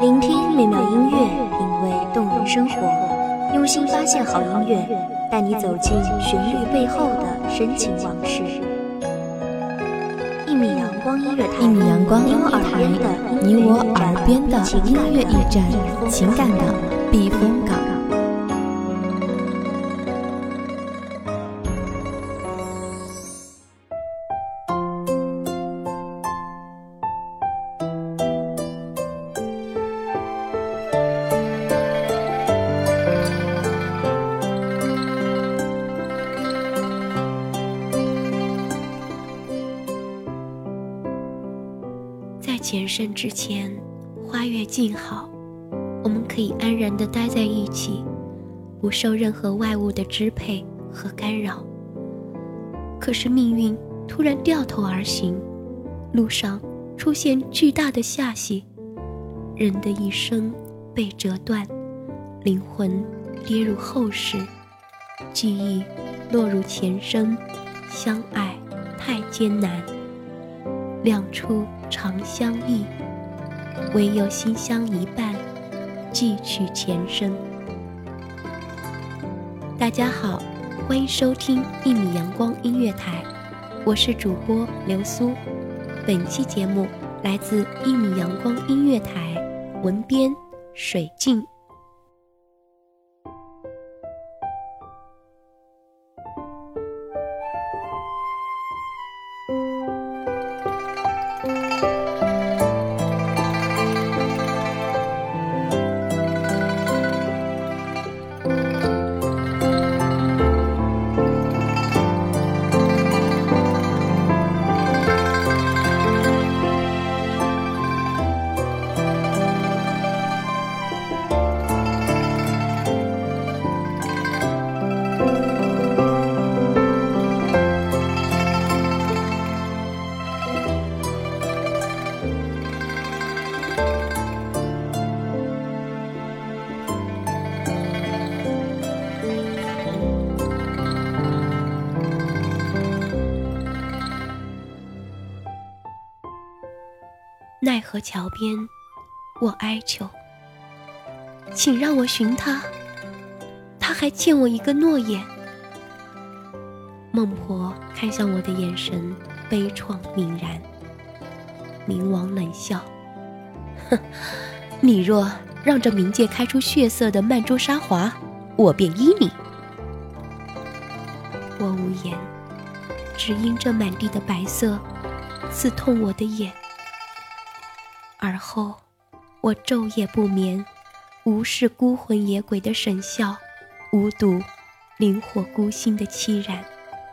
聆听美妙音乐，品味动人生活，用心发现好音乐，带你走进旋律背后的深情往事。一米阳光音乐台， 你我耳边的音乐驿站，情感的避风港。 在前生之前，花月静好，我们可以安然地待在一起，不受任何外物的支配和干扰。可是命运突然掉头而行，路上出现巨大的罅隙，人的一生被折断，灵魂跌入后世，记忆落入前生，相爱太艰难，两处长相忆，唯有心相一半，记取前生。大家好，欢迎收听一米阳光音乐台，我是主播刘苏。本期节目来自一米阳光音乐台，文编水镜。奈何桥边，我哀求，请让我寻他，他还欠我一个诺言。孟婆看向我的眼神悲怆泯然，冥王冷笑，哼，你若让这冥界开出血色的曼珠沙华，我便依你。我无言，只因这满地的白色刺痛我的眼。而后我昼夜不眠，无视孤魂野鬼的神笑，无睹灵火孤星的凄然。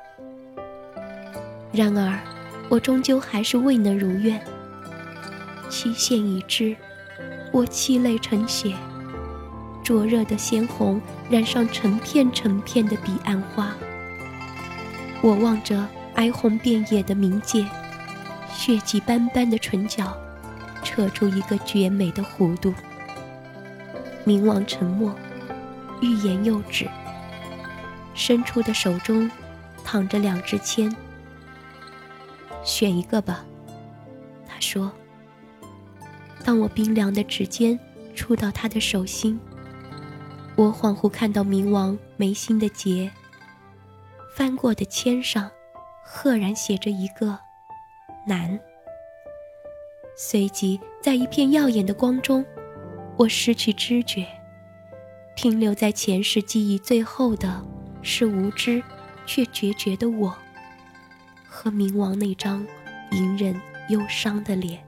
然而我终究还是未能如愿，期限已至，我泣泪成血，灼热的鲜红染上成片成片的彼岸花。我望着哀鸿遍野的冥界，血迹斑斑的唇角扯出一个绝美的弧度。冥王沉默，欲言又止，伸出的手中躺着2支签。选一个吧，他说。当我冰凉的指尖触到他的手心，我恍惚看到冥王眉心的结，翻过的签上赫然写着一个难。随即在一片耀眼的光中，我失去知觉，停留在前世记忆最后的是无知却决绝的我，和冥王那张隐忍忧伤的脸。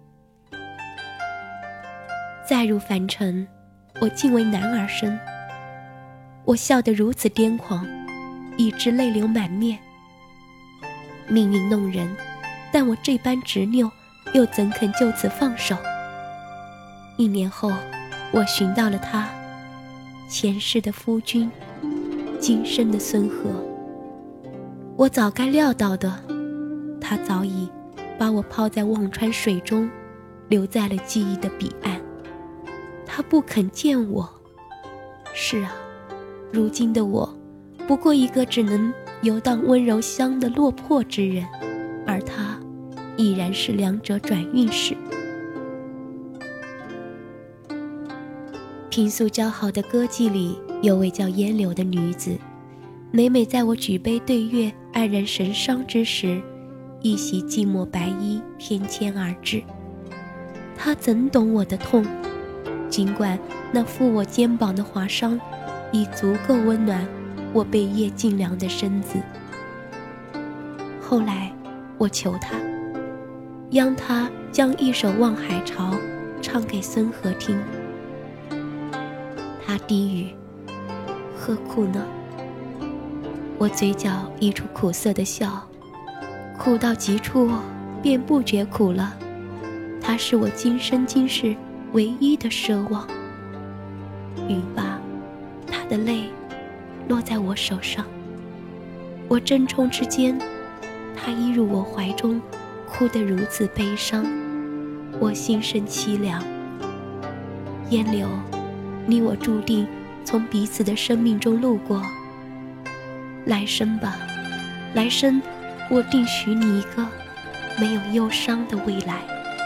再入凡尘，我竟为男儿生。我笑得如此癫狂，以致泪流满面。命运弄人，但我这般执拗，又怎肯就此放手？1年后，我寻到了他，前世的夫君，今生的孙和。我早该料到的，他早已把我抛在忘川水中，留在了记忆的彼岸。他不肯见我。是啊，如今的我，不过一个只能游荡温柔乡的落魄之人，而他已然是2者转运时。 倾诉交好的歌妓里，有位叫烟柳的女子，每每在我举杯对月黯然神伤之时，一袭寂寞白衣翩跹而至。她怎懂我的痛？尽管那附我肩膀的华裳已足够温暖我被夜浸凉的身子。后来我求她，央她将一首《望海潮》唱给孙和听。他低语：何苦呢？我嘴角溢出苦涩的笑，苦到极处便不觉苦了。他是我今生今世唯一的奢望。语罢，他的泪落在我手上，我争冲之间，他依入我怀中，哭得如此悲伤，我心生凄凉。烟柳，你我注定从彼此的生命中路过，来生吧，来生我定许你一个没有忧伤的未来。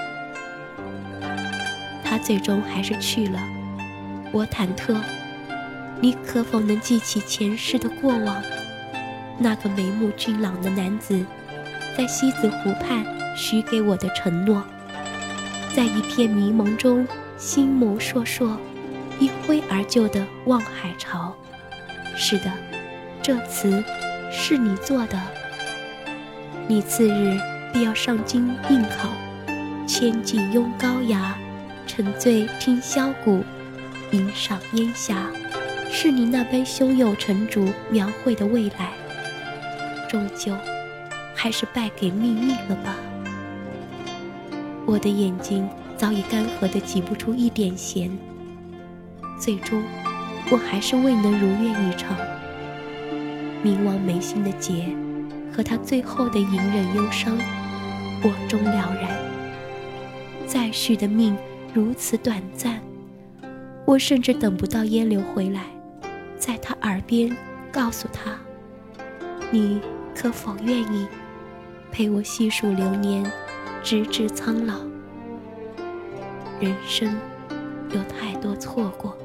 他最终还是去了，我忐忑，你可否能记起前世的过往？那个眉目俊朗的男子，在西子湖畔许给我的承诺，在一片迷蒙中心眸烁烁，一挥而就的望海潮。是的，这词是你做的。你次日必要上京应考，千骑拥高崖，沉醉听箫鼓，吟赏烟霞，是你那般胸有成竹描绘的未来，终究还是败给命运了吧。我的眼睛早已干涸得挤不出一点咸，最终我还是未能如愿以偿。冥王眉心的结和他最后的隐忍忧伤，我终了然。再续的命如此短暂，我甚至等不到烟柳回来，在他耳边告诉他，你可否愿意陪我细数流年，直至苍老。人生有太多错过。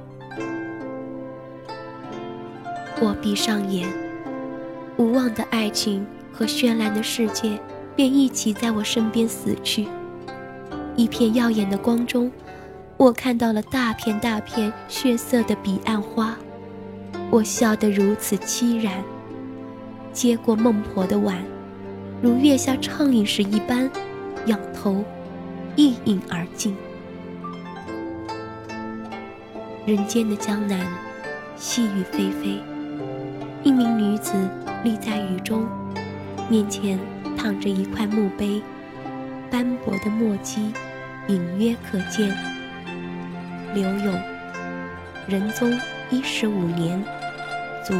我闭上眼，无望的爱情和绚烂的世界便一起在我身边死去。一片耀眼的光中，我看到了大片大片血色的彼岸花，我笑得如此凄然。接过孟婆的碗，如月下畅饮时一般，仰头一饮而尽。人间的江南，细雨霏霏，一名女子立在雨中，面前躺着一块墓碑，斑驳的墨迹隐约可见。刘永，仁宗15年卒。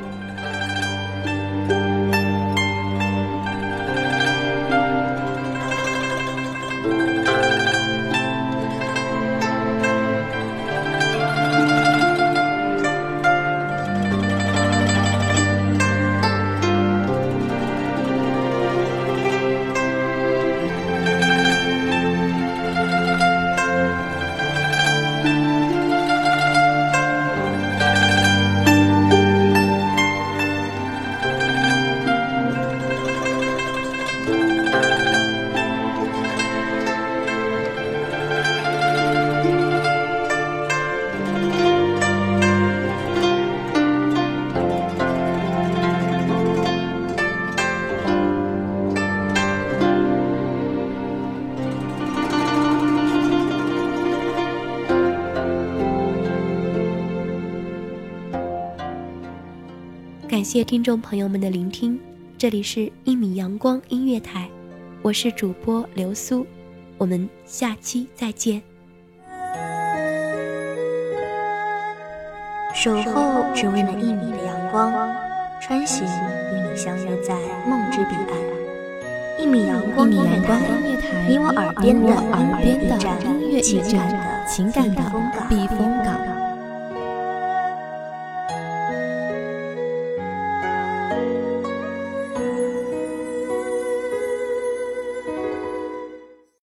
感谢听众朋友们的聆听，这里是1米阳光音乐台，我是主播刘苏，我们下期再见。 守候只为那1米的阳光，穿行与你相约在梦之彼岸。1米阳光音乐台，你我耳边的音乐驿站，情感的避风港。